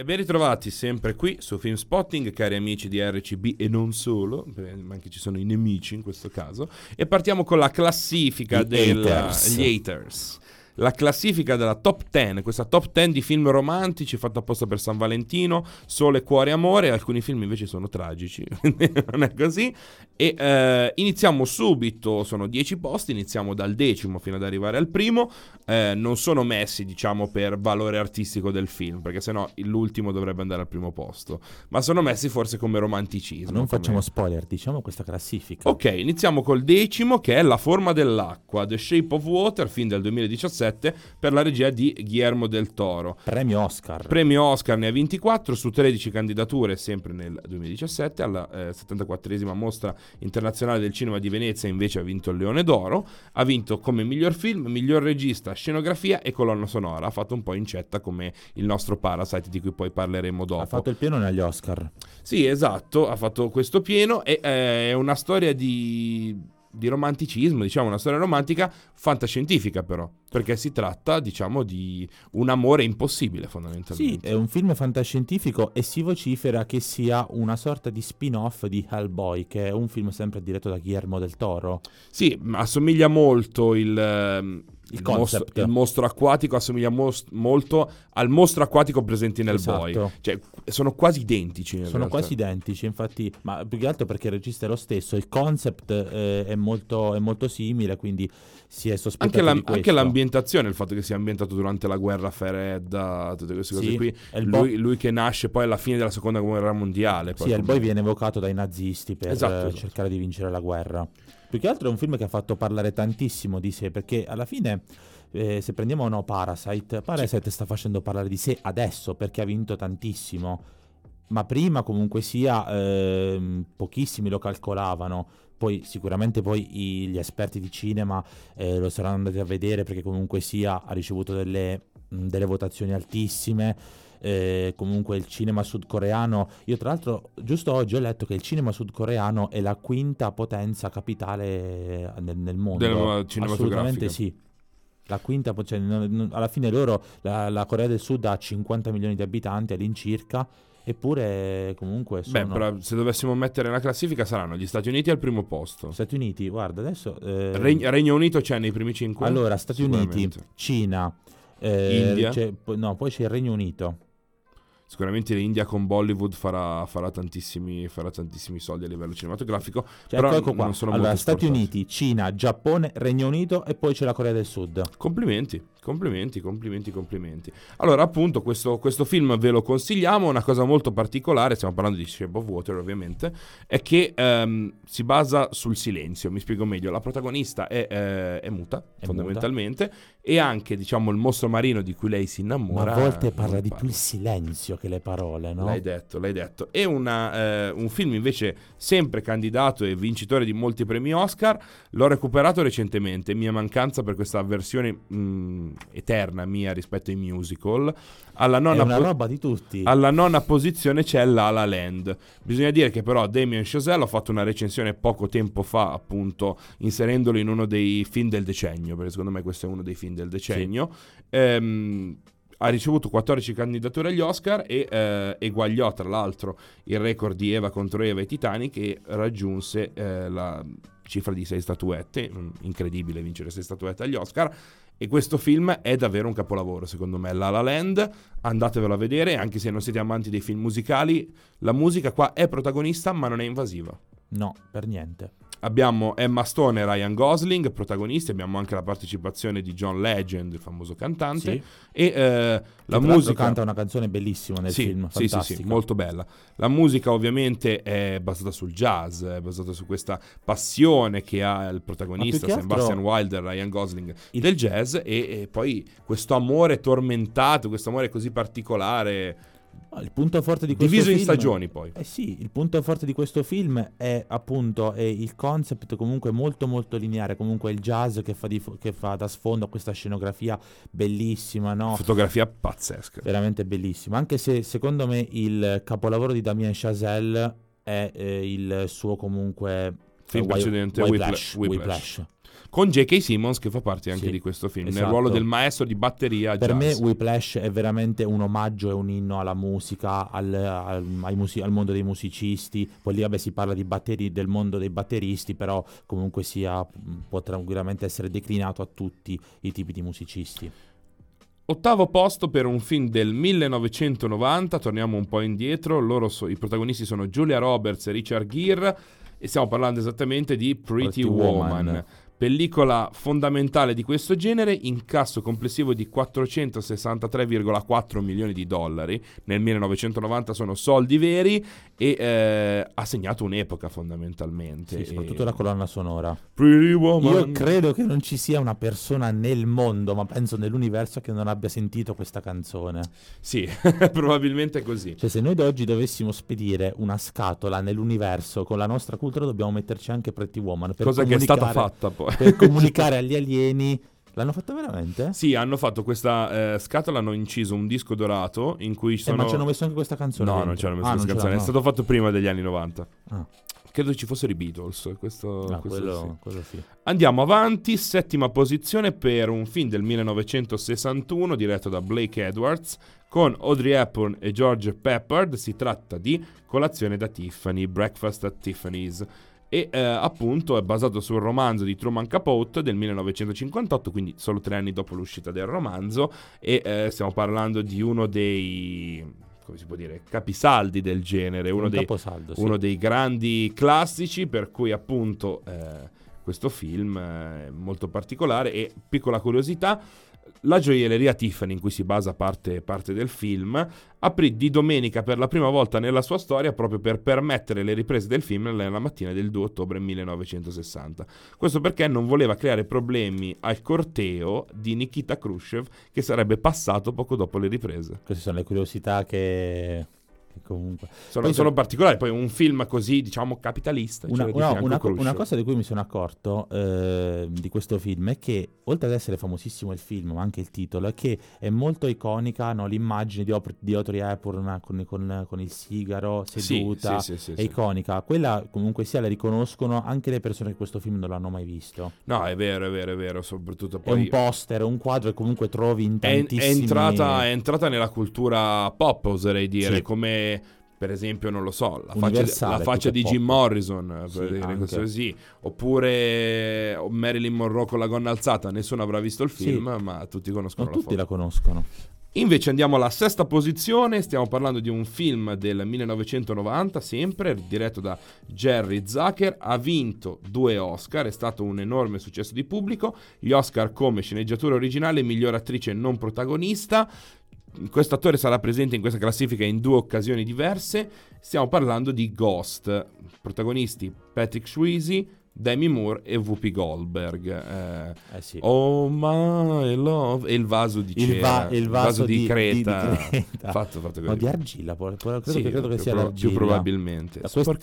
Ben ritrovati sempre qui su Film Spotting, cari amici di RCB e non solo, ma anche ci sono i nemici in questo caso, e partiamo con la classifica gli haters. La classifica della top 10, questa top 10 di film romantici fatta apposta per San Valentino, Sole, Cuore, Amore. Alcuni film invece sono tragici, non è così. E iniziamo subito, sono 10 posti, iniziamo dal 10° fino ad arrivare al primo. Non sono messi, diciamo, per valore artistico del film, perché sennò l'ultimo dovrebbe andare al primo posto, ma sono messi forse come romanticismo. Non facciamo spoiler, diciamo questa classifica. Ok, iniziamo col 10°, che è La forma dell'acqua, The Shape of Water, film del 2017, per la regia di Guillermo del Toro. Premio Oscar. Premio Oscar ne ha 24 su 13 candidature, sempre nel 2017. Alla 74esima mostra internazionale del cinema di Venezia invece ha vinto il Leone d'Oro. Ha vinto come miglior film, miglior regista, scenografia e colonna sonora. Ha fatto un po' incetta come il nostro Parasite, di cui poi parleremo dopo. Ha fatto il pieno negli Oscar. Sì, esatto, ha fatto questo pieno. E è una storia di romanticismo, diciamo, una storia romantica fantascientifica, però, perché si tratta, diciamo, di un amore impossibile, fondamentalmente. Sì, è un film fantascientifico e si vocifera che sia una sorta di spin-off di Hellboy, che è un film sempre diretto da Guillermo del Toro. Sì, assomiglia molto concept. Il mostro acquatico assomiglia molto al mostro acquatico presente in Hellboy. Esatto. Cioè, sono quasi identici. Sono quasi identici, infatti, ma più che altro perché il regista è lo stesso. Il concept è molto simile, quindi si è sospettato di questo. Anche l'ambientazione, il fatto che sia ambientato durante la guerra fredda, tutte queste cose qui. Lui che nasce poi alla fine della seconda guerra mondiale. Sì, Hellboy viene evocato dai nazisti per cercare di vincere la guerra. Più che altro è un film che ha fatto parlare tantissimo di sé, perché alla fine, se prendiamo Parasite sta facendo parlare di sé adesso, perché ha vinto tantissimo. Ma prima comunque sia pochissimi lo calcolavano. Poi sicuramente gli esperti di cinema lo saranno andati a vedere, perché comunque sia ha ricevuto delle votazioni altissime. Comunque il cinema sudcoreano, io tra l'altro giusto oggi ho letto che il cinema sudcoreano è la quinta potenza capitale nel mondo. Assolutamente sì. La quinta, cioè, alla fine loro, la Corea del Sud ha 50 milioni di abitanti all'incirca, eppure comunque sono... Beh, però se dovessimo mettere una classifica saranno gli Stati Uniti al primo posto. Stati Uniti, guarda, adesso... Regno Unito c'è nei primi 5? Allora, Stati Uniti, Cina, India? Poi c'è il Regno Unito. Sicuramente l'India con Bollywood farà tantissimi soldi a livello cinematografico, cioè, però ecco qua. non sono allora, molto Stati sforzati. Uniti, Cina, Giappone, Regno Unito e poi c'è la Corea del Sud. Complimenti. Allora, appunto, questo film ve lo consigliamo. Una cosa molto particolare, stiamo parlando di Shape of Water ovviamente, è che si basa sul silenzio. Mi spiego meglio. La protagonista è muta, fondamentalmente, e anche, diciamo, il mostro marino di cui lei si innamora. Ma a volte parla di più il silenzio che le parole, no? L'hai detto. È un film invece sempre candidato e vincitore di molti premi Oscar. L'ho recuperato recentemente, mia mancanza per questa versione eterna mia rispetto ai musical. È una roba di tutti. Alla nona posizione c'è La La Land. Bisogna dire che però Damien Chazelle, ho fatto una recensione poco tempo fa, appunto, inserendolo in uno dei film del decennio, perché secondo me questo è uno dei film del decennio. Sì. Ha ricevuto 14 candidature agli Oscar e eguagliò tra l'altro il record di Eva contro Eva e Titanic, e raggiunse la cifra di 6 statuette. Incredibile vincere 6 statuette agli Oscar. E questo film è davvero un capolavoro, secondo me. La La Land, andatevelo a vedere, anche se non siete amanti dei film musicali. La musica qua è protagonista, ma non è invasiva. No, per niente. Abbiamo Emma Stone e Ryan Gosling protagonisti, abbiamo anche la partecipazione di John Legend, il famoso cantante, sì. E la musica canta una canzone bellissima nel film, fantastica. Sì, molto bella. La musica ovviamente è basata sul jazz, è basata su questa passione che ha il protagonista Sebastian Wilder, Ryan Gosling, del jazz, e poi questo amore tormentato, questo amore così particolare. Il punto forte di questo diviso film, in stagioni poi. Sì, il punto forte di questo film è appunto il concept comunque molto molto lineare, comunque il jazz che fa da sfondo a questa scenografia bellissima, no? Fotografia pazzesca. Veramente bellissima, anche se secondo me il capolavoro di Damien Chazelle è il suo comunque film precedente, Whiplash. Con J.K. Simmons che fa parte anche di questo film, esatto. nel ruolo del maestro di batteria per jazz. me Whiplash è veramente un omaggio e un inno alla musica, al mondo dei musicisti. Poi lì vabbè si parla del mondo dei batteristi, però comunque può tranquillamente essere declinato a tutti i tipi di musicisti. 8° posto per un film del 1990, torniamo un po' indietro, i protagonisti sono Julia Roberts e Richard Gere e stiamo parlando esattamente di Pretty Woman. Pellicola fondamentale di questo genere, incasso complessivo di 463,4 milioni di dollari. Nel 1990 sono soldi veri e ha segnato un'epoca fondamentalmente. Sì, soprattutto la colonna sonora. Pretty Woman. Io credo che non ci sia una persona nel mondo, ma penso nell'universo, che non abbia sentito questa canzone. Sì, probabilmente è così. Cioè, se noi da oggi dovessimo spedire una scatola nell'universo con la nostra cultura, dobbiamo metterci anche Pretty Woman. Cosa che è stata fatta poi. Per comunicare agli alieni. L'hanno fatta veramente? Sì, hanno fatto questa scatola, hanno inciso un disco dorato in cui sono... Ma ci hanno messo anche questa canzone? No, non ci hanno messo questa canzone, è stato fatto prima degli anni 90. Credo ci fossero i Beatles, questo sì. Andiamo avanti, 7ª posizione per un film del 1961 diretto da Blake Edwards con Audrey Hepburn e George Peppard. Si tratta di Colazione da Tiffany, Breakfast at Tiffany's. E appunto è basato sul romanzo di Truman Capote del 1958, quindi solo 3 anni dopo l'uscita del romanzo, e stiamo parlando di uno dei, come si può dire, capisaldi del genere, uno dei grandi classici, per cui appunto questo film è molto particolare. E piccola curiosità, la gioielleria Tiffany, in cui si basa parte del film, aprì di domenica per la prima volta nella sua storia proprio per permettere le riprese del film nella mattina del 2 ottobre 1960. Questo perché non voleva creare problemi al corteo di Nikita Khrushchev, che sarebbe passato poco dopo le riprese. Queste sono le curiosità che comunque sono particolari. Poi un film così, diciamo, capitalista. Una cosa di cui mi sono accorto di questo film è che, oltre ad essere famosissimo il film, ma anche il titolo, è che è molto iconica, no? L'immagine di Audrey Hepburn con il sigaro seduta, è iconica. Quella comunque sia la riconoscono anche le persone che questo film non l'hanno mai visto. No, è vero, soprattutto poi è un poster, un quadro che comunque trovi in tantissimi... È entrata nella cultura pop, oserei dire, come per esempio, non lo so, la faccia di Jim Morrison, per dire così, oppure Marilyn Monroe con la gonna alzata. Nessuno avrà visto il film, ma tutti conoscono tutti la conoscono. Invece andiamo alla 6ª posizione, stiamo parlando di un film del 1990, sempre diretto da Jerry Zucker, ha vinto 2 Oscar, è stato un enorme successo di pubblico, gli Oscar come sceneggiatura originale e miglior attrice non protagonista. Questo attore sarà presente in questa classifica in 2 occasioni diverse. Stiamo parlando di Ghost, protagonisti Patrick Swayze, Demi Moore e Whoopi Goldberg. Oh my love, e il vaso di cera, il vaso di Creta, fatto così. No, di argilla, credo che sia l'argilla. Più probabilmente.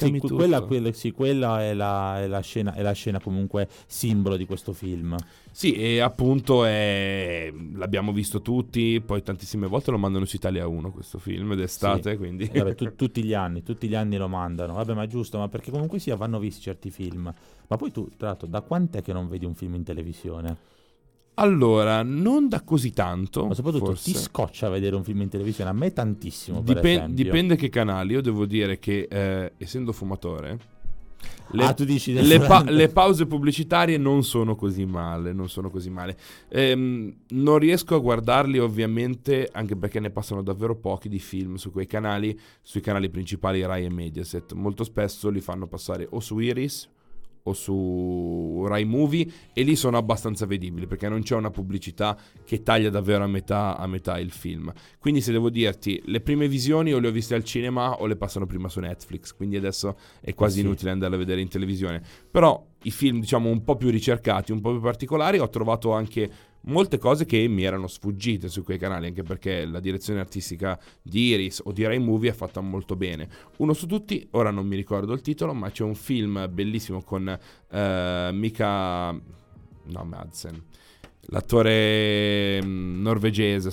Quella è la scena comunque simbolo di questo film. Sì, e appunto l'abbiamo visto tutti, poi tantissime volte lo mandano su Italia 1 questo film d'estate, quindi... tutti gli anni lo mandano, vabbè, ma è giusto, ma perché comunque vanno visti certi film. Ma poi tu, tra l'altro, da quant'è che non vedi un film in televisione? Allora, non da così tanto. Ma soprattutto forse. Ti scoccia vedere un film in televisione? A me tantissimo, per esempio. Dipende che canali. Io devo dire che, essendo fumatore, tu dici le pause pubblicitarie non sono così male. Non riesco a guardarli, ovviamente, anche perché ne passano davvero pochi di film su quei canali, sui canali principali Rai e Mediaset. Molto spesso li fanno passare o su Iris o su Rai Movie, e lì sono abbastanza vedibili perché non c'è una pubblicità che taglia davvero a metà il film. Quindi, se devo dirti, le prime visioni o le ho viste al cinema o le passano prima su Netflix, quindi adesso è quasi inutile andarle a vedere in televisione. Però i film, diciamo, un po' più ricercati, un po' più particolari, ho trovato anche molte cose che mi erano sfuggite su quei canali, anche perché la direzione artistica di Iris o di Rai Movie è fatta molto bene. Uno su tutti, ora non mi ricordo il titolo, ma c'è un film bellissimo con Madsen, l'attore norvegese,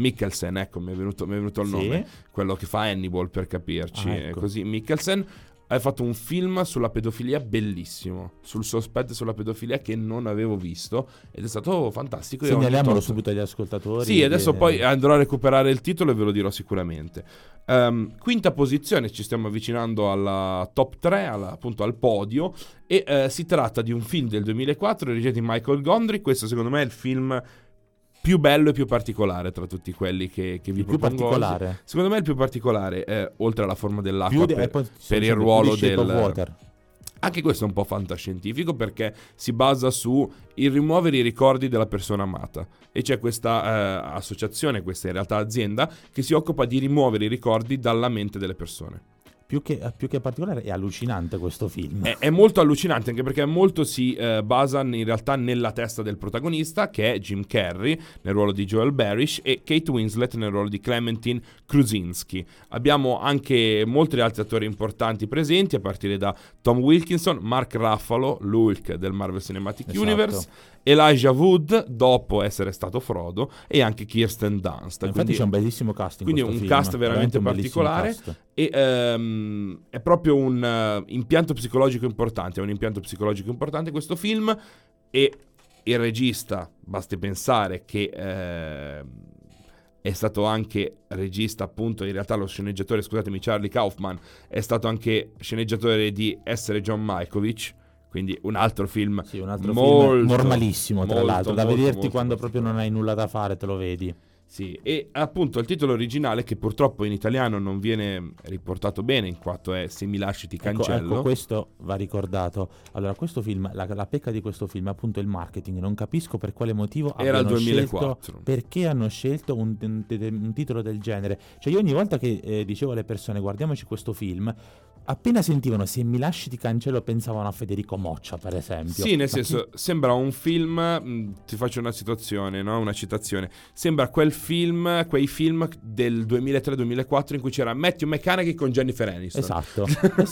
Mikkelsen, ecco, mi è venuto il nome, quello che fa Hannibal, per capirci, così, Mikkelsen. hai fatto un film sulla pedofilia bellissimo, sul sospetto sulla pedofilia che non avevo visto, ed è stato fantastico. Segnaliamolo subito agli ascoltatori. Sì, adesso poi andrò a recuperare il titolo e ve lo dirò sicuramente. Quinta posizione, ci stiamo avvicinando alla top 3, appunto al podio, e si tratta di un film del 2004 regia di Michael Gondry. Questo secondo me è il film più bello e più particolare tra tutti quelli che vi propongo. Più particolare? Oggi. Secondo me è il più particolare, oltre alla forma dell'acqua, per il ruolo del water. Anche questo è un po' fantascientifico, perché si basa su il rimuovere i ricordi della persona amata, e c'è questa associazione, questa in realtà azienda, che si occupa di rimuovere i ricordi dalla mente delle persone. Più che particolare, è allucinante questo film. È molto allucinante, anche perché molto si basa in realtà nella testa del protagonista, che è Jim Carrey nel ruolo di Joel Barish e Kate Winslet nel ruolo di Clementine Krusinski. Abbiamo anche molti altri attori importanti presenti, a partire da Tom Wilkinson, Mark Ruffalo, l'Hulk del Marvel Cinematic Universe, Elijah Wood dopo essere stato Frodo, e anche Kirsten Dunst. Infatti c'è un bellissimo cast in quindi questo un film. cast veramente particolare, e è proprio un impianto psicologico importante. È un impianto psicologico importante questo film, e il regista, basti pensare che è stato anche regista, appunto, in realtà lo sceneggiatore, scusatemi, Charlie Kaufman, è stato anche sceneggiatore di Essere John Malkovich. Quindi un altro film, sì, un altro molto, film normalissimo, tra l'altro, da vederti molto, quando molto, proprio non hai nulla da fare, te lo vedi. Sì, e appunto il titolo originale, che purtroppo in italiano non viene riportato bene, in quanto è Se mi lasci ti cancello. Ecco, questo va ricordato. Allora, questo film, la pecca di questo film è appunto il marketing. Non capisco per quale motivo era il 2004. Scelto, perché hanno scelto un titolo del genere. Cioè, io ogni volta che dicevo alle persone guardiamoci questo film, appena sentivano Se mi lasci ti cancello pensavano a Federico Moccia, per esempio. Sì, nel senso, sembra un film, ti faccio una situazione, no? Una citazione. Sembra quei film del 2003-2004 in cui c'era Matthew McConaughey con Jennifer Aniston. Esatto.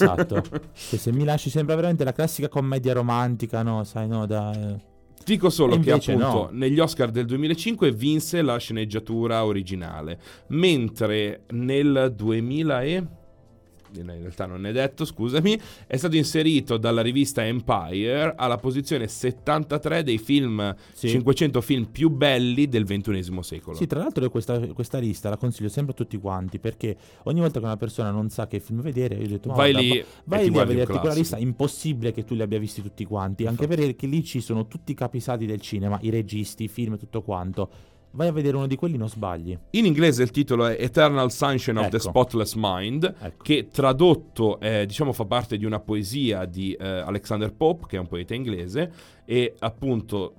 Che Se mi lasci sembra veramente la classica commedia romantica, no? Sai, no, Dico solo che appunto negli Oscar del 2005 vinse la sceneggiatura originale, mentre nel 2000 in realtà non è detto, scusami, è stato inserito dalla rivista Empire alla posizione 73 dei film, 500 film più belli del XXI secolo. Sì, tra l'altro io questa lista la consiglio sempre a tutti quanti, perché ogni volta che una persona non sa che film vedere, io ho detto vai lì a vederti quella lista, impossibile che tu li abbia visti tutti quanti, anche perché lì ci sono tutti i capisaldi del cinema, i registi, i film e tutto quanto. Vai a vedere uno di quelli, non sbagli. In inglese il titolo è Eternal Sunshine of the Spotless Mind, che tradotto diciamo fa parte di una poesia di Alexander Pope, che è un poeta inglese, e appunto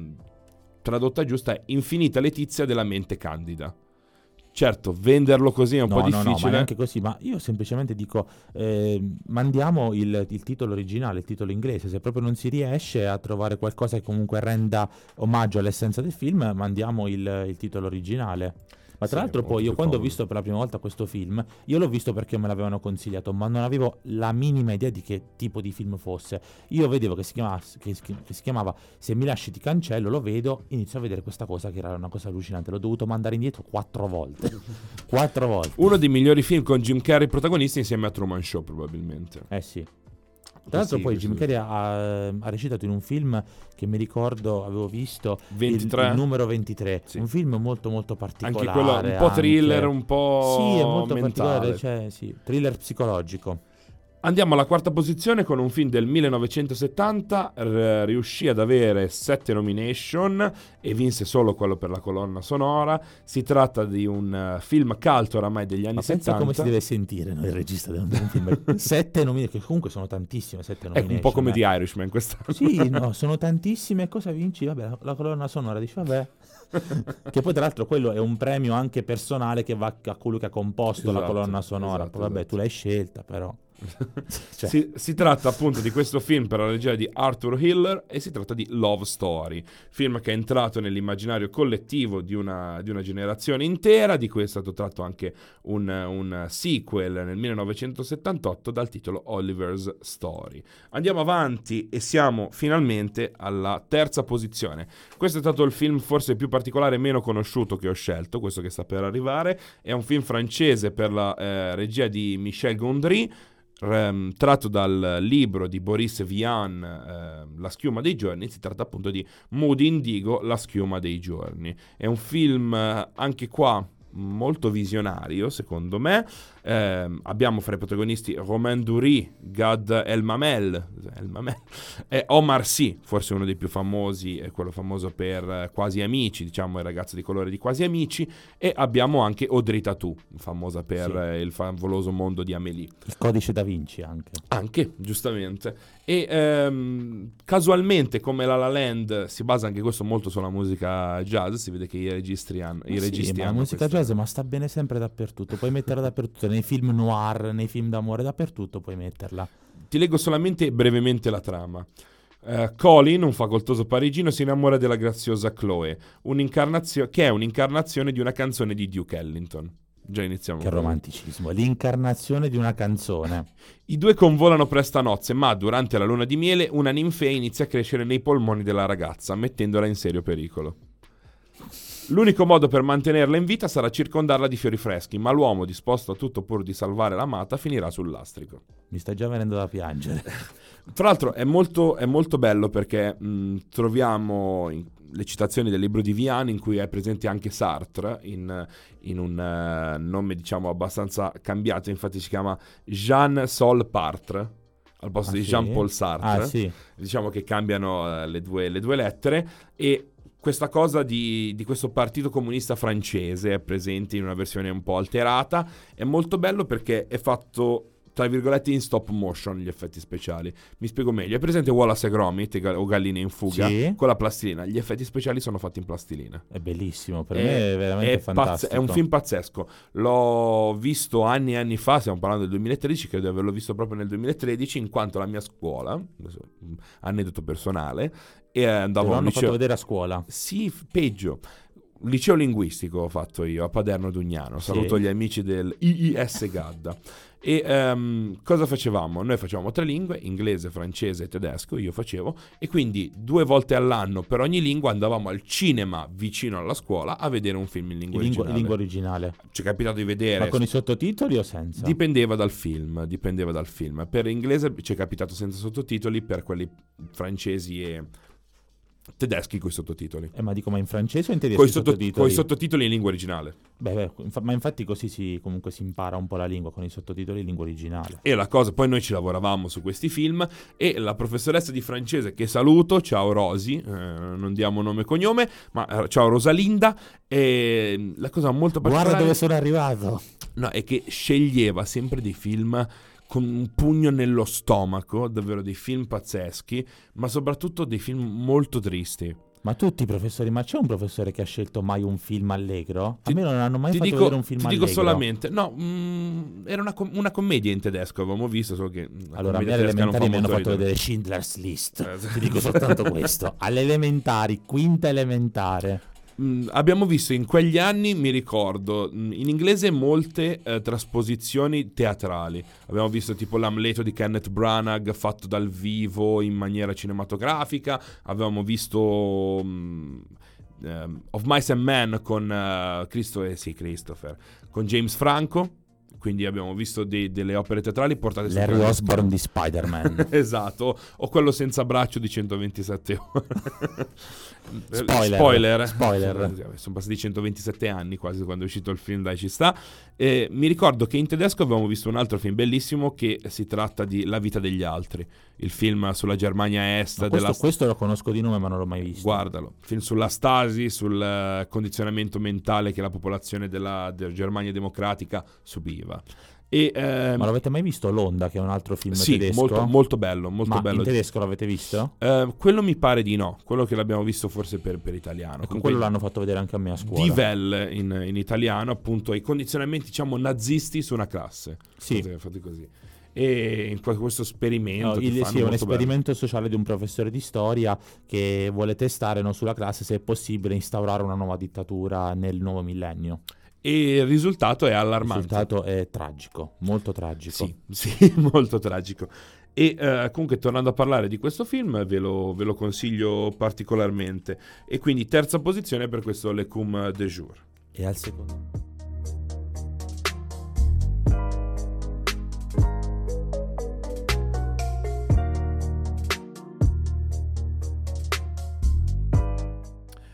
tradotta giusta è Infinita letizia della mente candida. Certo, venderlo così è un po' difficile. No, ma neanche così, ma io semplicemente dico mandiamo il titolo originale, il titolo inglese. Se proprio non si riesce a trovare qualcosa che comunque renda omaggio all'essenza del film, mandiamo il titolo originale. Ma tra l'altro poi io quando ho visto per la prima volta questo film, io l'ho visto perché me l'avevano consigliato, ma non avevo la minima idea di che tipo di film fosse. Io vedevo che si chiamava Se mi lasci ti cancello, lo vedo, inizio a vedere questa cosa che era una cosa allucinante. L'ho dovuto mandare indietro 4 volte. 4 volte. Uno dei migliori film con Jim Carrey protagonista insieme a Truman Show, probabilmente. Sì. Tra l'altro poi Jim Carrey ha recitato in un film che mi ricordo avevo visto, 23. Il numero 23, un film molto molto particolare. Anche quello un po' thriller, un po' sì, è molto mentale. particolare, thriller psicologico. Andiamo alla quarta posizione con un film del 1970, riuscì ad avere 7 nomination e vinse solo quello per la colonna sonora. Si tratta di un film cult oramai degli anni 70. Pensa come si deve sentire il regista di un film. 7 nomination, che comunque sono tantissime, 7 nomination. Ecco, un po' come di Irishman quest'anno. Sì, no, sono tantissime. Cosa vinci? Vabbè, la colonna sonora, dici vabbè. Che poi tra l'altro quello è un premio anche personale che va a colui che ha composto la colonna sonora. Vabbè, tu l'hai scelta però. Si tratta appunto di questo film per la regia di Arthur Hiller, e si tratta di Love Story, film che è entrato nell'immaginario collettivo di una generazione intera, di cui è stato tratto anche un sequel nel 1978 dal titolo Oliver's Story. Andiamo avanti e siamo finalmente alla terza posizione. Questo è stato il film forse più particolare e meno conosciuto che ho scelto, questo che sta per arrivare. È un film francese per la regia di Michel Gondry. tratto dal libro di Boris Vian, La schiuma dei giorni. Si tratta appunto di Moody Indigo, La schiuma dei giorni. È un film anche qua molto visionario, secondo me. Abbiamo fra i protagonisti Romain Duris, Gad Elmaleh e Omar Sy, forse uno dei più famosi, è quello famoso per Quasi Amici, diciamo il ragazzo di colore di Quasi Amici, e abbiamo anche Audrey Tautou, famosa per il favoloso mondo di Amélie. Il Codice da Vinci anche, giustamente. E casualmente, come La La Land, si basa anche questo molto sulla musica jazz. Si vede che i registi hanno la musica jazz, ma sta bene sempre dappertutto, puoi metterla dappertutto, nei film noir, nei film d'amore, dappertutto puoi metterla. Ti leggo solamente brevemente la trama. Colin, un facoltoso parigino, si innamora della graziosa Chloe, che è un'incarnazione di una canzone di Duke Ellington. Già iniziamo. Che romanticismo, l'incarnazione di una canzone. I due convolano presto a nozze, ma durante la luna di miele una ninfea inizia a crescere nei polmoni della ragazza, mettendola in serio pericolo. L'unico modo per mantenerla in vita sarà circondarla di fiori freschi, ma l'uomo, disposto a tutto pur di salvare l'amata, finirà sul lastrico. Mi sta già venendo da piangere. Tra l'altro è molto bello perché troviamo le citazioni del libro di Vian, in cui è presente anche Sartre in un nome diciamo abbastanza cambiato. Infatti si chiama Jean-Sol Sartre al posto di Jean-Paul Sartre. Diciamo che cambiano le due lettere. E questa cosa di questo partito comunista francese è presente in una versione un po' alterata. È molto bello perché è fatto, tra virgolette, in stop motion gli effetti speciali. Mi spiego meglio. È presente Wallace e Gromit o Galline in fuga con la plastilina. Gli effetti speciali sono fatti in plastilina. È bellissimo, per me è veramente fantastico. È un film pazzesco. L'ho visto anni e anni fa, stiamo parlando del 2013, credo di averlo visto proprio nel 2013, in quanto la mia scuola, aneddoto personale, e andavo a un liceo. Fatto vedere a scuola? Sì, peggio. Liceo linguistico ho fatto io a Paderno Dugnano. Saluto gli amici del IIS Gadda. E cosa facevamo? Noi facevamo 3 lingue, inglese, francese e tedesco, io facevo, e quindi 2 volte all'anno per ogni lingua andavamo al cinema vicino alla scuola a vedere un film in lingua originale. In lingua originale. Ci è capitato di vedere. Ma con i sottotitoli o senza? Dipendeva dal film. Per inglese ci è capitato senza sottotitoli, per quelli francesi e tedeschi coi sottotitoli. Ma dico, ma in francese o in tedesco? Coi sottotitoli in lingua originale. Ma infatti così comunque si impara un po' la lingua, con i sottotitoli in lingua originale. E la cosa, poi noi ci lavoravamo su questi film, e la professoressa di francese, che saluto, ciao Rosi, non diamo nome e cognome, ma ciao Rosalinda, e la cosa molto particolare... Guarda dove sono arrivato! No, è che sceglieva sempre dei film con un pugno nello stomaco, davvero dei film pazzeschi, ma soprattutto dei film molto tristi. Ma tutti i professori, ma c'è un professore che ha scelto mai un film allegro? A me non hanno mai fatto vedere un film allegro. Ti dico solamente, no, era una commedia in tedesco, avevamo visto, solo che... Allora, a me all'elementari mi hanno fatto vedere Schindler's List, ti dico soltanto questo. All'elementari, quinta elementare. Abbiamo visto in quegli anni, mi ricordo, in inglese molte trasposizioni teatrali. Abbiamo visto tipo l'Amleto di Kenneth Branagh fatto dal vivo in maniera cinematografica. Avevamo visto Of Mice and Men con Christopher, con James Franco. Quindi abbiamo visto delle opere teatrali portate su Larry Osborne di Spider-Man. Esatto, o quello senza braccio di 127 ore. Spoiler. Sono passati 127 anni quasi quando è uscito il film, dai, ci sta. Mi ricordo che in tedesco avevamo visto un altro film bellissimo, che si tratta di La vita degli altri, il film sulla Germania Est. Questo lo conosco di nome, ma non l'ho mai visto. Guardalo, film sulla Stasi, sul condizionamento mentale che la popolazione della Germania democratica subiva. Ma l'avete mai visto L'Onda, che è un altro film tedesco? Sì, molto bello, molto bello. In tedesco l'avete visto? Quello mi pare di no, quello che l'abbiamo visto forse per italiano. Con quello l'hanno fatto vedere anche a me a scuola. Die Welle in italiano, appunto, i condizionamenti, diciamo, nazisti su una classe. Sì. Fatti così. E in questo esperimento è un esperimento sociale di un professore di storia che vuole testare sulla classe se è possibile instaurare una nuova dittatura nel nuovo millennio. E il risultato è allarmante. Il risultato è tragico, molto tragico. Sì, molto tragico. E comunque, tornando a parlare di questo film, ve lo consiglio particolarmente. E quindi terza posizione per questo L'écume de jour. E al secondo?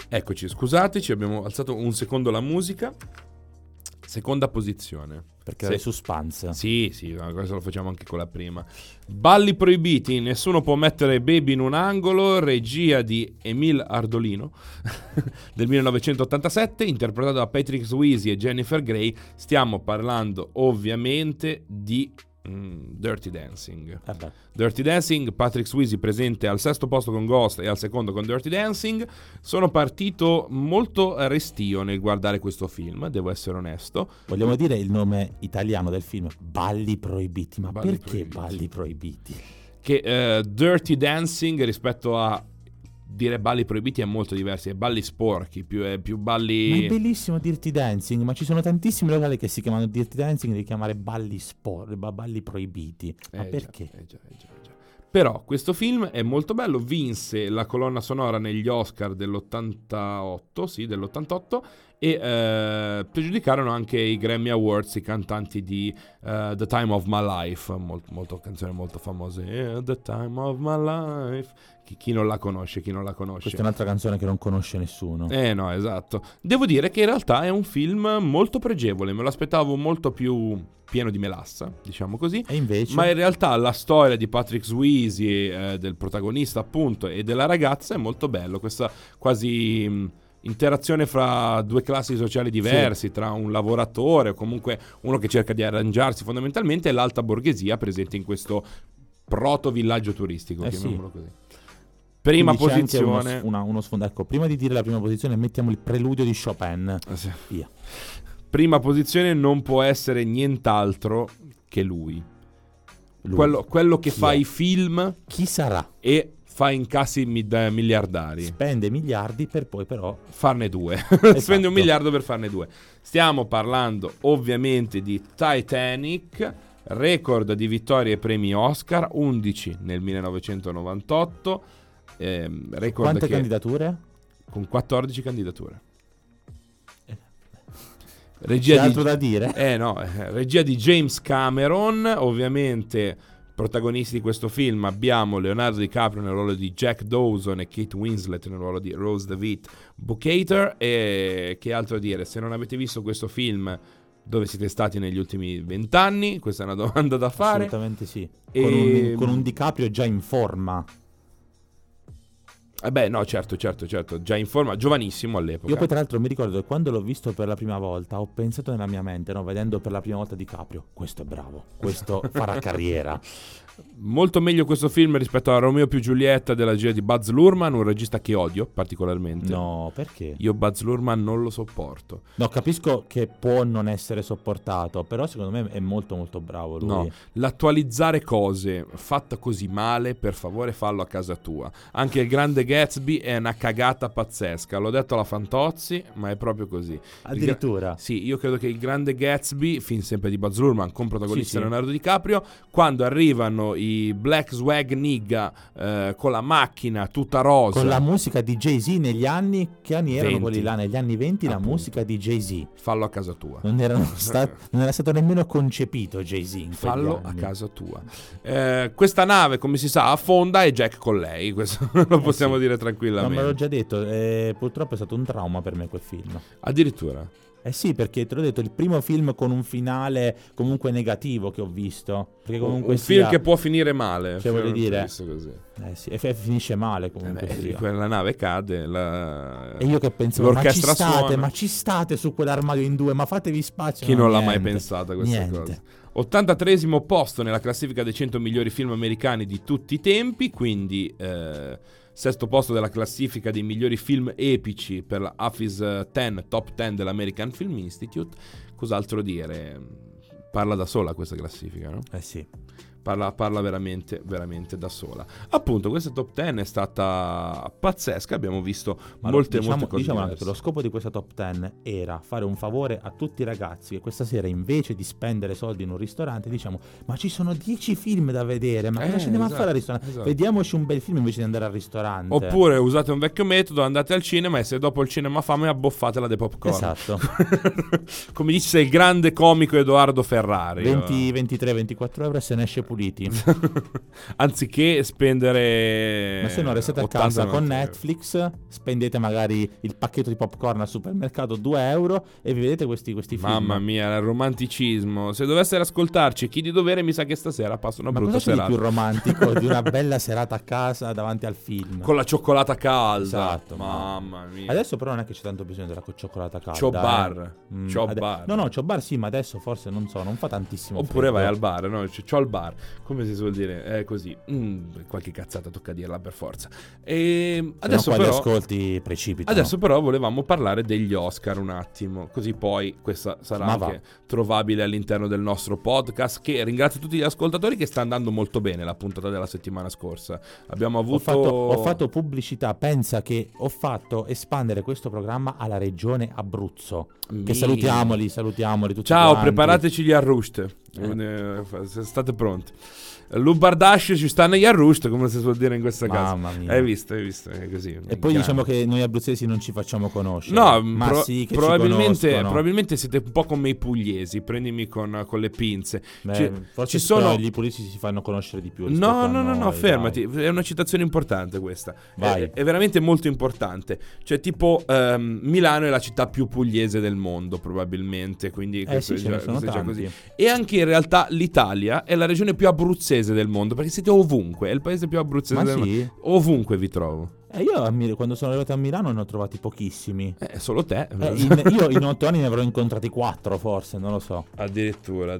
Eccoci, scusateci, abbiamo alzato un secondo la musica. Seconda posizione. Perché è suspense. Sì, questo lo facciamo anche con la prima. Balli proibiti, nessuno può mettere Baby in un angolo, regia di Emile Ardolino del 1987, interpretato da Patrick Swayze e Jennifer Grey. Stiamo parlando ovviamente di Dirty Dancing. Dirty Dancing, Patrick Swayze presente al 6º posto con Ghost e al 2º con Dirty Dancing. Sono partito molto restio nel guardare questo film, devo essere onesto. Vogliamo dire il nome italiano del film? Balli proibiti. Ma perché balli proibiti? Che Dirty Dancing rispetto a dire balli proibiti è molto diverso, è balli sporchi, più balli... Ma è bellissimo Dirty Dancing, ma ci sono tantissimi locali che si chiamano Dirty Dancing, devi chiamare balli balli proibiti. Ma perché? Già. Però questo film è molto bello, vinse la colonna sonora negli Oscar dell'88, e pregiudicarono anche i Grammy Awards i cantanti di The Time of My Life, molto canzone molto famose, The Time of My Life. Chi non la conosce, Questa è un'altra canzone che non conosce nessuno. No, esatto. Devo dire che in realtà è un film molto pregevole, me lo aspettavo molto più pieno di melassa, diciamo così. E invece? Ma in realtà la storia di Patrick Swayze, del protagonista appunto, e della ragazza è molto bello. Questa quasi interazione fra due classi sociali diversi, tra un lavoratore o comunque uno che cerca di arrangiarsi fondamentalmente e l'alta borghesia presente in questo proto villaggio turistico, chiamiamolo così. Prima posizione, uno sfondo. Ecco, prima di dire la prima posizione mettiamo il preludio di Chopin. Sì. Via. Prima posizione non può essere nient'altro che lui. Quello che fa i film. Chi sarà? E fa incassi miliardari. Spende miliardi per poi però farne due. Esatto. Spende 1 miliardo per farne 2. Stiamo parlando ovviamente di Titanic. Record di vittorie e premi Oscar, 11 nel 1998. Quante candidature? Con 14 candidature. C'è altro da dire? Regia di James Cameron. Ovviamente protagonisti di questo film abbiamo Leonardo DiCaprio nel ruolo di Jack Dawson e Kate Winslet nel ruolo di Rose DeWitt Bukater. E che altro dire? Se non avete visto questo film, dove siete stati negli ultimi 20 anni? Questa è una domanda da fare. Assolutamente sì. Con un DiCaprio già in forma. Certo, già in forma, giovanissimo all'epoca. Io poi tra l'altro mi ricordo che quando l'ho visto per la prima volta ho pensato nella mia mente, vedendo per la prima volta DiCaprio, questo è bravo, questo farà carriera. Molto meglio questo film rispetto a Romeo più Giulietta della regia di Baz Luhrmann, un regista che odio particolarmente. No, perché? Io Baz Luhrmann non lo sopporto. No, capisco che può non essere sopportato, però secondo me è molto molto bravo lui. No, l'attualizzare cose fatta così male, per favore fallo a casa tua. Anche Il Grande Gatsby è una cagata pazzesca, l'ho detto alla Fantozzi, ma è proprio così. Addirittura? Sì, io credo che Il Grande Gatsby, film sempre di Baz Luhrmann con protagonista sì. Leonardo DiCaprio, quando arrivano i Black Swag Nigga con la macchina tutta rosa, con la musica di Jay-Z negli anni, che anni erano 20. quelli là? Negli anni 20 Appunto. La musica di Jay-Z. Fallo a casa tua. Non era stato nemmeno concepito Jay-Z in Fallo anni. a casa tua. Questa nave, come si sa, affonda e Jack con lei. Questo lo possiamo dire tranquillamente. Non me l'ho già detto, purtroppo è stato un trauma per me quel film. Addirittura. Sì, perché te l'ho detto, il primo film con un finale comunque negativo che ho visto. Perché comunque un film che può finire male. Cioè, voglio dire, così. Sì, e finisce male comunque. La nave cade. E io che pensavo, l'orchestra suona. Ma ci state su quell'armadio in due, ma fatevi spazio. Chi non l'ha mai pensata questa cosa? 83esimo posto nella classifica dei 100 migliori film americani di tutti i tempi, quindi 6º posto della classifica dei migliori film epici per la Hafiz 10 Top 10 dell'American Film Institute. Cos'altro dire? Parla da sola questa classifica, no? Sì. Parla veramente, veramente da sola. Appunto, questa top 10 è stata pazzesca. Abbiamo visto molte cose. Diciamo anche che lo scopo di questa top 10 era fare un favore a tutti i ragazzi che questa sera, invece di spendere soldi in un ristorante, diciamo: ma ci sono 10 film da vedere, ma cosa ci andiamo a fare al ristorante? Esatto. Vediamoci un bel film invece di andare al ristorante. Oppure usate un vecchio metodo, andate al cinema e se dopo il cinema fame abboffate la dei popcorn. Esatto. Come dice il grande comico Edoardo Ferrari. 23-24 euro e se ne esce puliti. Anziché spendere... Ma se no restate a casa con Netflix, spendete magari il pacchetto di popcorn al supermercato €2 e vi vedete questi film. Mamma mia, il romanticismo. Se dovessero ascoltarci, chi di dovere, mi sa che stasera passa una brutta serata. Ma cosa c'è di più romantico di una bella serata a casa davanti al film? Con la cioccolata calda. Esatto. Mamma mia. Adesso però non è che c'è tanto bisogno della cioccolata calda. C'ho bar. No, c'ho bar sì, ma adesso forse non so, non fa tantissimo Oppure freddo. vai al bar, no? C'ho il bar. Come si suol dire? È così. Qualche cazzata tocca dirla per forza. E adesso però ascolti precipitano. Adesso però volevamo parlare degli Oscar un attimo, così poi questa sarà anche trovabile all'interno del nostro podcast, che ringrazio tutti gli ascoltatori, che sta andando molto bene la puntata della settimana scorsa. Abbiamo avuto... Ho fatto pubblicità, pensa che ho fatto espandere questo programma alla regione Abruzzo. Che salutiamoli tutti. Ciao, quanti. preparateci gli arrust. State pronti. L'Ubardash ci stanno gli arrust, come si suol dire in questa casa. Mamma mia. Hai visto, è così. E poi diciamo che noi abruzzesi non ci facciamo conoscere. No, ma sì, che probabilmente siete un po' come i pugliesi, prendimi con le pinze. Forse sono gli pugliesi si fanno conoscere di più. No, fermati, dai. È una citazione importante questa. È veramente molto importante. Cioè, tipo Milano è la città più pugliese del mondo, probabilmente, quindi questo sì, sono già così. E anche in realtà l'Italia è la regione più abruzzese del mondo, perché siete ovunque, è il paese più abruzzese del mondo. Ovunque vi trovo. Io quando sono arrivato a Milano ne ho trovati pochissimi. Solo te. Io in 8 anni ne avrò incontrati 4 forse, non lo so. Addirittura.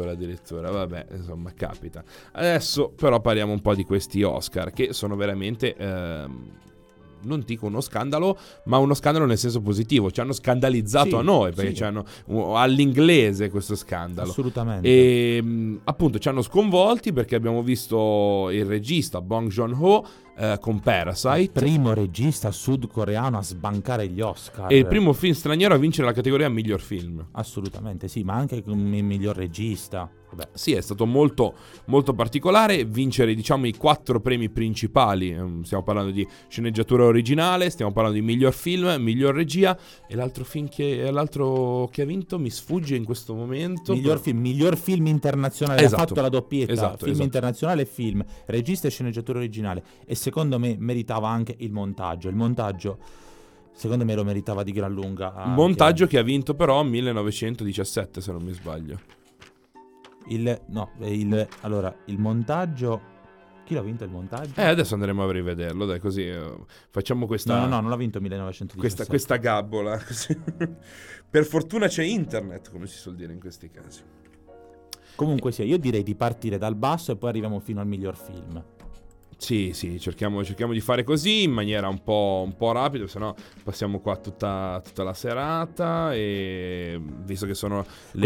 Vabbè, insomma, capita. Adesso però parliamo un po' di questi Oscar, che sono veramente... non dico uno scandalo, ma uno scandalo nel senso positivo. Ci hanno scandalizzato a noi, perché ci hanno all'inglese questo scandalo. Assolutamente. E appunto ci hanno sconvolti, perché abbiamo visto il regista Bong Joon-ho con Parasite, il primo regista sudcoreano a sbancare gli Oscar e il primo film straniero a vincere la categoria miglior film. Assolutamente sì, ma anche come miglior regista. Vabbè. Sì, è stato molto, molto particolare vincere, diciamo, i 4 premi principali. Stiamo parlando di sceneggiatura originale, stiamo parlando di miglior film, miglior regia, e l'altro che ha vinto mi sfugge in questo momento. Miglior film internazionale. Esatto. Ha fatto la doppietta, esatto. Internazionale e film, regista e sceneggiatura originale, e secondo me meritava anche il montaggio. Secondo me lo meritava di gran lunga. Il montaggio che ha vinto però 1917, se non mi sbaglio. Il montaggio. Chi l'ha vinto il montaggio? Adesso andremo a rivederlo, dai, così facciamo questa... No, non l'ha vinto 1917. Questa gabbola. Per fortuna c'è internet, come si suol dire in questi casi. Comunque sia, io direi di partire dal basso e poi arriviamo fino al miglior film. Sì, cerchiamo di fare così in maniera un po' rapida, se no passiamo qua tutta la serata, e visto che sono le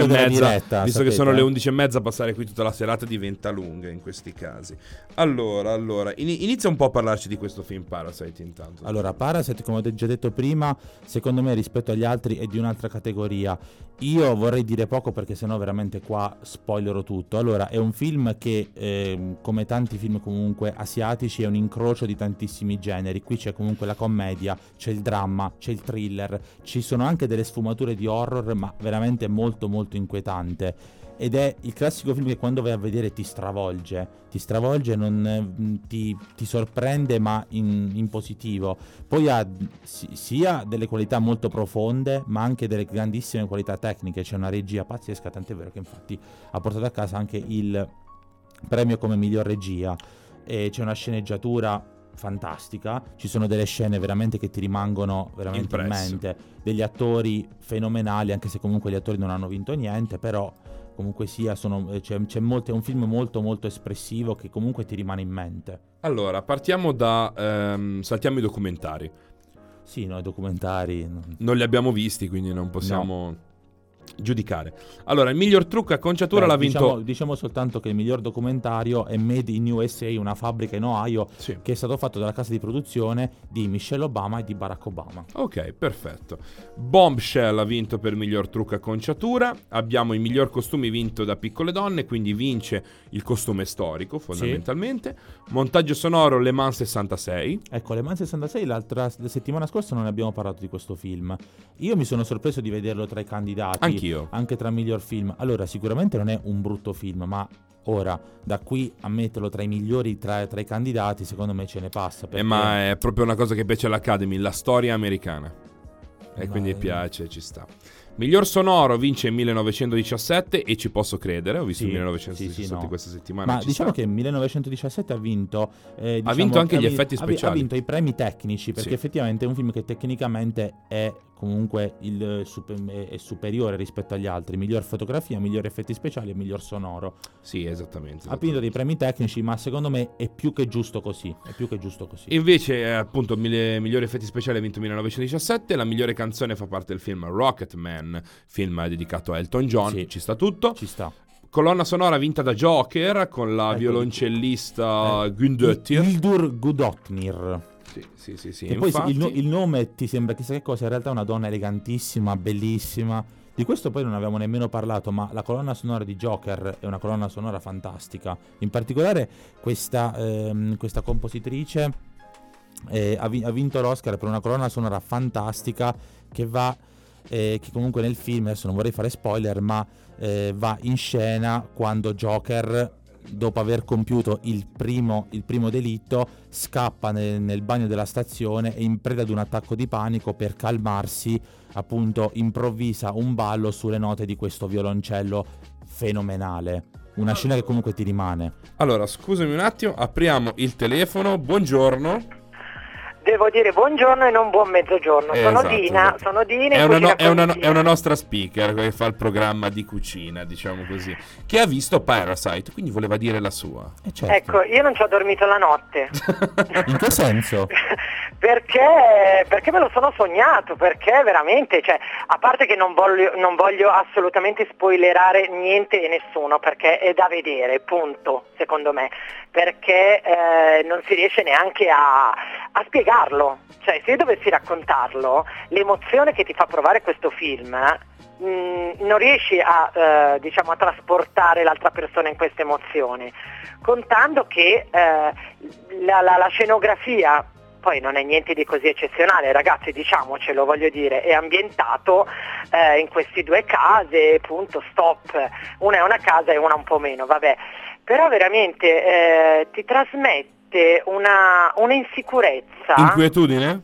11:30, sono le 11:30, passare qui tutta la serata diventa lunga in questi casi. Allora, inizia un po' a parlarci di questo film Parasite intanto. Allora, Parasite, come ho già detto prima, secondo me rispetto agli altri è di un'altra categoria. Io vorrei dire poco perché sennò veramente qua spoilerò tutto. Allora, è un film che, come tanti film comunque asiatici, è un incrocio di tantissimi generi. Qui c'è comunque la commedia, c'è il dramma, c'è il thriller, ci sono anche delle sfumature di horror, ma veramente molto molto inquietante. Ed è il classico film che quando vai a vedere ti stravolge, non ti sorprende, ma in positivo. Poi ha sia delle qualità molto profonde, ma anche delle grandissime qualità tecniche. C'è una regia pazzesca, tant'è vero che infatti ha portato a casa anche il premio come miglior regia. E c'è una sceneggiatura fantastica, ci sono delle scene veramente che ti rimangono veramente in mente, degli attori fenomenali, anche se comunque gli attori non hanno vinto niente, però comunque sia è un film molto molto espressivo che comunque ti rimane in mente. Allora, partiamo saltiamo i documentari. Sì, no, i documentari non li abbiamo visti, quindi non possiamo giudicare. Allora, il miglior trucco e acconciatura l'ha vinto... Diciamo soltanto che il miglior documentario è Made in USA, una fabbrica in Ohio, che è stato fatto dalla casa di produzione di Michelle Obama e di Barack Obama. Ok, perfetto. Bombshell ha vinto per miglior trucco e acconciatura. Abbiamo il miglior costume vinto da Piccole Donne, quindi vince il costume storico fondamentalmente. Montaggio sonoro Le Mans 66. Ecco, Le Mans 66 la settimana scorsa non ne abbiamo parlato di questo film. Io mi sono sorpreso di vederlo tra i candidati. Anch'io. Anche tra miglior film. Allora, sicuramente non è un brutto film, ma ora, da qui a metterlo tra i migliori, tra i candidati, secondo me ce ne passa. Perché... ma è proprio una cosa che piace all'Academy, la storia americana. E quindi Ma- piace, ci sta. Miglior sonoro vince 1917 e ci posso credere, ho visto Sì, 1917 no. questa settimana. Ma ci diciamo sta. che 1917 ha vinto Ha vinto anche gli effetti speciali. ha vinto i premi tecnici, perché Sì. effettivamente è un film che tecnicamente è comunque è superiore rispetto agli altri. Miglior fotografia, miglior effetti speciali e miglior sonoro. Sì, esattamente. Ha vinto dei premi tecnici, ma secondo me è più che giusto così. È più che giusto così. Invece, appunto, migliori effetti speciali ha vinto 1917. La migliore canzone fa parte del film Rocketman, film dedicato a Elton John. Sì. Ci sta tutto. Ci sta. Colonna sonora vinta da Joker con la Ecco, violoncellista Gundöttir. Hildur Gudotnir. Sì. Che poi Infatti, il nome ti sembra chissà che cosa, in realtà è una donna elegantissima, bellissima. Di questo poi non avevamo nemmeno parlato, ma la colonna sonora di Joker è una colonna sonora fantastica. In particolare questa compositrice ha vinto l'Oscar per una colonna sonora fantastica che va, che comunque nel film, adesso non vorrei fare spoiler, ma va in scena quando Joker, dopo aver compiuto il primo delitto, scappa nel bagno della stazione e, in preda ad un attacco di panico, per calmarsi appunto improvvisa un ballo sulle note di questo violoncello fenomenale. Una scena che comunque ti rimane. allora, scusami un attimo, apriamo il telefono. Buongiorno. Devo dire buongiorno e non buon mezzogiorno. Sono Esatto, Dina, esatto. sono Dina. È una nostra speaker che fa il programma di cucina, diciamo così, che ha visto Parasite, quindi voleva dire la sua. Certo. Ecco, io non ci ho dormito la notte. In che senso? Perché me lo sono sognato, perché veramente, cioè, a parte che non voglio assolutamente spoilerare niente e nessuno, perché è da vedere, punto, secondo me, perché non si riesce neanche a spiegarlo. Cioè, se io dovessi raccontarlo, l'emozione che ti fa provare questo film, non riesci a trasportare l'altra persona in queste emozioni, contando che la scenografia poi non è niente di così eccezionale, ragazzi, diciamocelo, voglio dire, è ambientato in questi due case, punto, stop. Una è una casa e una un po' meno, vabbè. Però veramente ti trasmette una insicurezza. Inquietudine?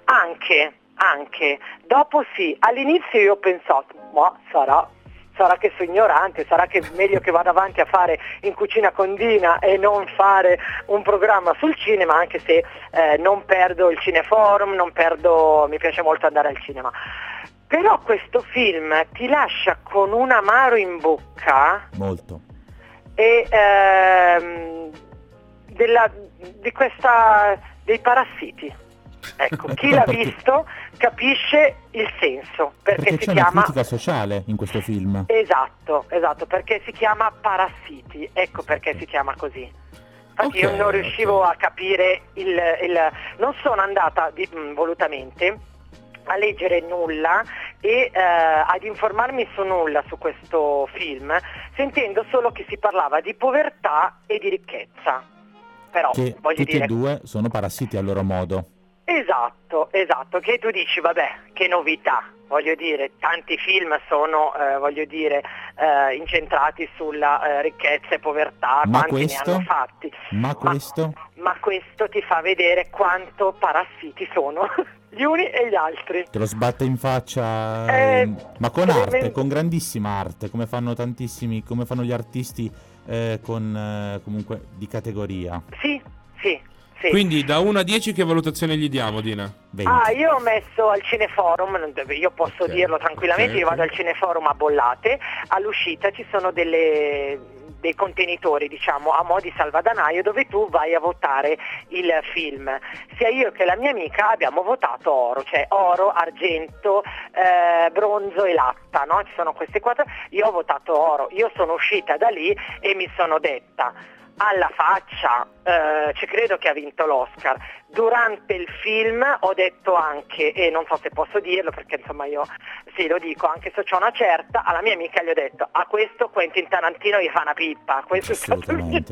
Anche. Dopo sì, all'inizio io ho pensato, ma sarà che sono ignorante, sarà che è meglio che vada avanti a fare In Cucina con Dina e non fare un programma sul cinema, anche se non perdo il cineforum, mi piace molto andare al cinema. Però questo film ti lascia con un amaro in bocca. Molto. E dei parassiti. Ecco, chi l'ha visto capisce il senso, perché si c'è chiama una critica sociale in questo film. Esatto, perché si chiama Parassiti, ecco perché si chiama così. Infatti io non riuscivo a capire non sono andata volutamente a leggere nulla e ad informarmi su nulla su questo film, sentendo solo che si parlava di povertà e di ricchezza. Però Che voglio tutti dire, e due sono parassiti a loro modo. Esatto, che tu dici, vabbè, che novità, voglio dire, tanti film sono, incentrati sulla ricchezza e povertà, Ma quanti questo? ne hanno fatti. Ma questo? Ma questo ti fa vedere quanto parassiti sono gli uni e gli altri. Te lo sbatte in faccia, ma con arte, con grandissima arte, come fanno tantissimi, come fanno gli artisti comunque di categoria. Sì. Quindi da 1 a 10 che valutazione gli diamo, Dina? 20. Io ho messo al Cineforum, io posso dirlo tranquillamente, io vado al Cineforum a bollate, all'uscita ci sono dei contenitori, diciamo, a mo' di salvadanaio, dove tu vai a votare il film. Sia io che la mia amica abbiamo votato oro, cioè oro, argento, bronzo e latta, no? Ci sono queste 4. Io ho votato oro, io sono uscita da lì e mi sono detta: alla faccia, ci credo che ha vinto l'Oscar. Durante il film ho detto anche, e non so se posso dirlo perché insomma io sì lo dico, anche se c'ho una certa, alla mia amica gli ho detto: a questo Quentin Tarantino gli fa una pippa, questo è stato il mio... Assolutamente.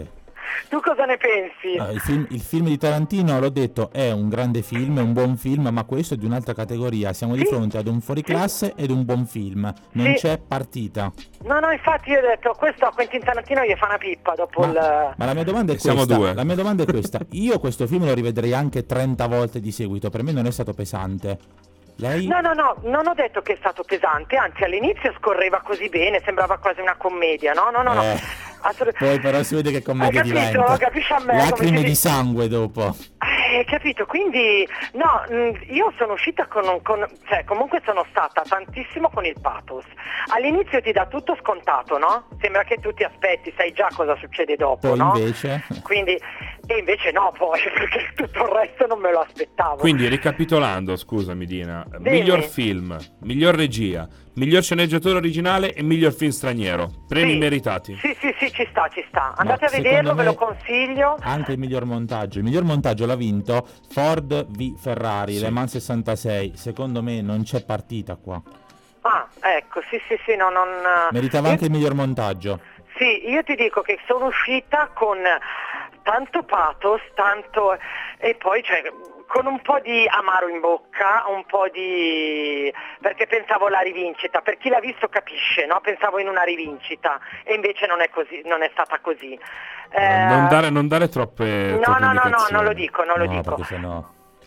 Tu cosa ne pensi? Il film di Tarantino, l'ho detto, è un grande film, è un buon film, ma questo è di un'altra categoria. Siamo di fronte ad un fuoriclasse ed un buon film. Non c'è partita. No, infatti io ho detto, questo a Quentin Tarantino gli fa una pippa dopo ma la mia domanda è questa. La mia domanda è questa. Io questo film lo rivedrei anche 30 volte di seguito. Per me non è stato pesante. Lei? No, non ho detto che è stato pesante, anzi all'inizio scorreva così bene, sembrava quasi una commedia, no. Poi però si vede che commedia diventa. Capisci a me? Lacrime di sangue dopo. Capito, quindi io sono uscita cioè comunque sono stata tantissimo con il pathos. All'inizio ti dà tutto scontato, no? Sembra che tu ti aspetti, sai già cosa succede dopo, poi no? Invece... E invece no, poi, perché tutto il resto non me lo aspettavo. Quindi ricapitolando, scusami Dina, miglior film, miglior regia, miglior sceneggiatura originale e miglior film straniero, premi meritati. Sì, ci sta. Andate a vederlo, ve lo consiglio. Anche il miglior montaggio l'ha vinto Ford v Ferrari, Le Mans 66. Secondo me non c'è partita qua. Ecco, sì, non... Meritava anche il miglior montaggio. Sì, io ti dico che sono uscita con tanto pathos, e poi con un po' di amaro in bocca, un po' di... perché pensavo alla rivincita, per chi l'ha visto capisce, no? Pensavo in una rivincita e invece non è così, non è stata così. Non dare troppe No, non lo dico. Perché sennò...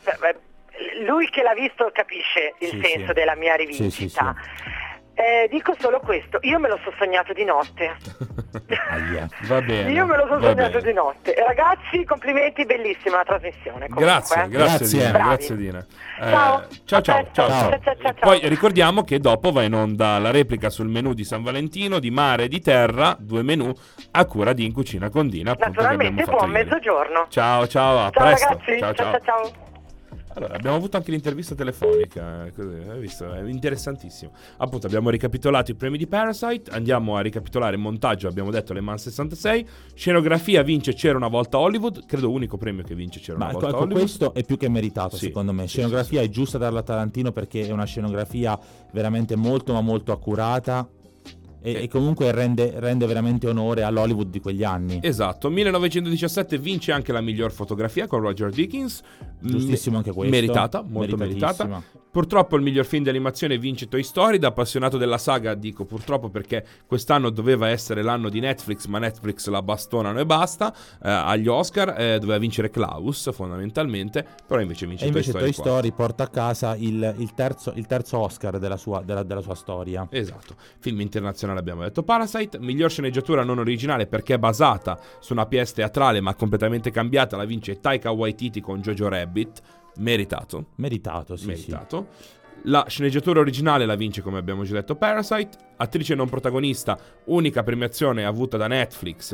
Lui che l'ha visto capisce il senso della mia rivincita. Sì. Dico solo questo, io me lo so sognato di notte. Va bene. Io me lo so sognato di notte. Ragazzi, complimenti, bellissima la trasmissione. Comunque. Grazie Dina. Ciao. Poi ricordiamo che dopo va in onda la replica sul menù di San Valentino, di mare e di terra, 2 menù a cura di In Cucina con Dina. Naturalmente, buon mezzogiorno. Ciao, a presto. Ragazzi, ciao. Allora, abbiamo avuto anche l'intervista telefonica, così, hai visto? È interessantissimo. Appunto, abbiamo ricapitolato i premi di Parasite, andiamo a ricapitolare il montaggio, abbiamo detto Le Mans 66, scenografia vince C'era una volta Hollywood, credo unico premio che vince C'era una volta Hollywood. Questo è più che meritato, secondo me. Scenografia è giusta darla a Tarantino perché è una scenografia veramente molto ma molto accurata. E comunque rende veramente onore all'Hollywood di quegli anni. Esatto. 1917 vince anche la miglior fotografia con Roger Deakins. Giustissimo anche questo. Meritata, molto meritata. Purtroppo il miglior film di animazione vince Toy Story. Da appassionato della saga dico purtroppo perché quest'anno doveva essere l'anno di Netflix, ma Netflix la bastonano e basta. Agli Oscar doveva vincere Klaus fondamentalmente, però invece vince Toy Story. Toy Story porta a casa il terzo Oscar della sua storia. Esatto. Film internazionale abbiamo detto Parasite. Miglior sceneggiatura non originale perché è basata su una pièce teatrale ma completamente cambiata, la vince Taika Waititi con Jojo Rabbit. Meritato. Sì. La sceneggiatura originale la vince, come abbiamo già detto, Parasite. Attrice non protagonista, unica premiazione avuta da Netflix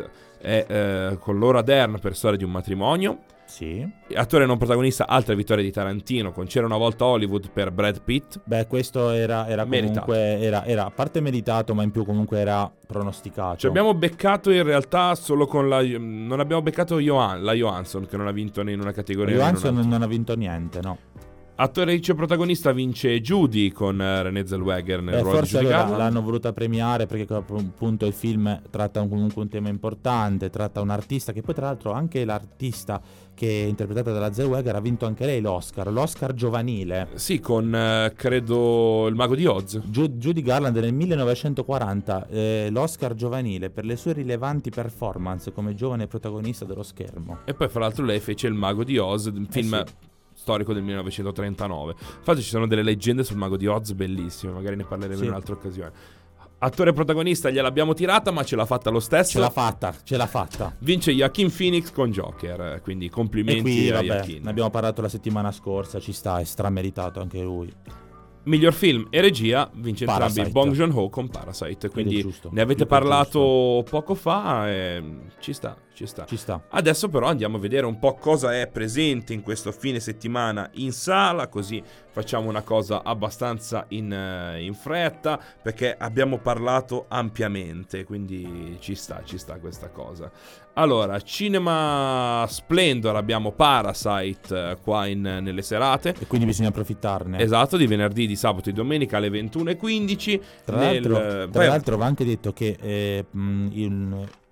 è con Laura Dern per Storia di un matrimonio. Sì. Attore non protagonista, altra vittoria di Tarantino con C'era una volta Hollywood per Brad Pitt. Questo era comunque era a parte meritato, ma in più comunque era pronosticato. Ci abbiamo beccato in realtà solo con non abbiamo beccato la Johansson, che non ha vinto in una categoria. Johansson non ha vinto niente, no. Attrice protagonista vince Judy con Renée Zellweger nel ruolo di Judy Garland. L'hanno voluta premiare perché appunto il film tratta comunque un tema importante, tratta un artista che poi tra l'altro anche l'artista che è interpretata dalla Zellweger ha vinto anche lei l'Oscar giovanile. Sì, con credo Il Mago di Oz. Judy Garland nel 1940 l'Oscar giovanile per le sue rilevanti performance come giovane protagonista dello schermo. E poi fra l'altro lei fece Il Mago di Oz, un film storico del 1939. Infatti ci sono delle leggende sul Mago di Oz bellissime, magari ne parleremo in un'altra occasione. Attore protagonista gliel'abbiamo tirata, ma ce l'ha fatta lo stesso. Ce l'ha fatta. Vince Joaquin Phoenix con Joker, quindi complimenti a Joaquin. Ne abbiamo parlato la settimana scorsa, ci sta, è strameritato anche lui. Miglior film e regia vince entrambi Bong Joon-ho con Parasite, quindi ne avete parlato poco fa e ci sta. Adesso però andiamo a vedere un po' cosa è presente in questo fine settimana in sala, così facciamo una cosa abbastanza in fretta perché abbiamo parlato ampiamente, quindi ci sta questa cosa. Allora, Cinema Splendor abbiamo Parasite qua nelle serate. E quindi bisogna approfittarne. Esatto, di venerdì, di sabato e di domenica alle 21:15. Tra l'altro va anche detto che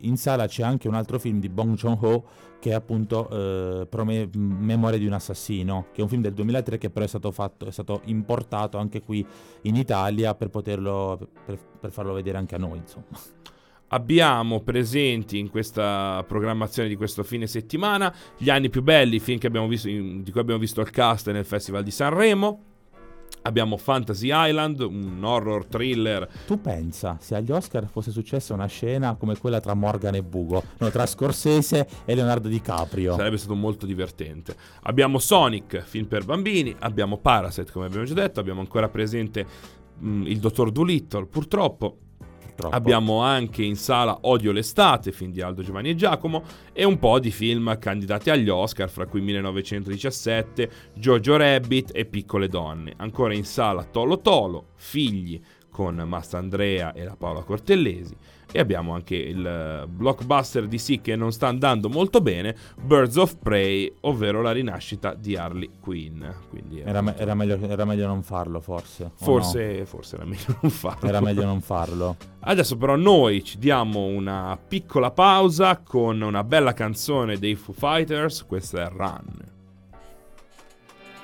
in sala c'è anche un altro film di Bong Joon-ho che è appunto Memoria di un assassino, che è un film del 2003 che però è stato importato anche qui in Italia per farlo vedere anche a noi, insomma. Abbiamo presenti in questa programmazione di questo fine settimana gli anni più belli, film che abbiamo visto, di cui abbiamo visto il cast nel Festival di Sanremo. Abbiamo Fantasy Island, un horror thriller. Tu pensa, se agli Oscar fosse successa una scena come quella tra Morgan e Bugo, no, tra Scorsese e Leonardo DiCaprio. Sarebbe stato molto divertente. Abbiamo Sonic, film per bambini. Abbiamo Parasite, come abbiamo già detto. Abbiamo ancora presente il Dottor Dolittle, purtroppo. Abbiamo anche in sala Odio l'estate, film di Aldo, Giovanni e Giacomo, e un po' di film candidati agli Oscar, fra cui 1917, Jojo Rabbit e Piccole donne. Ancora in sala Tolo Tolo, Figli, con Mastandrea e la Paola Cortellesi, e abbiamo anche il blockbuster DC che non sta andando molto bene, Birds of Prey, ovvero la rinascita di Harley Quinn. Quindi era meglio non farlo, forse. Forse era meglio non farlo. Era meglio non farlo. Adesso però noi ci diamo una piccola pausa con una bella canzone dei Foo Fighters, questa è Run.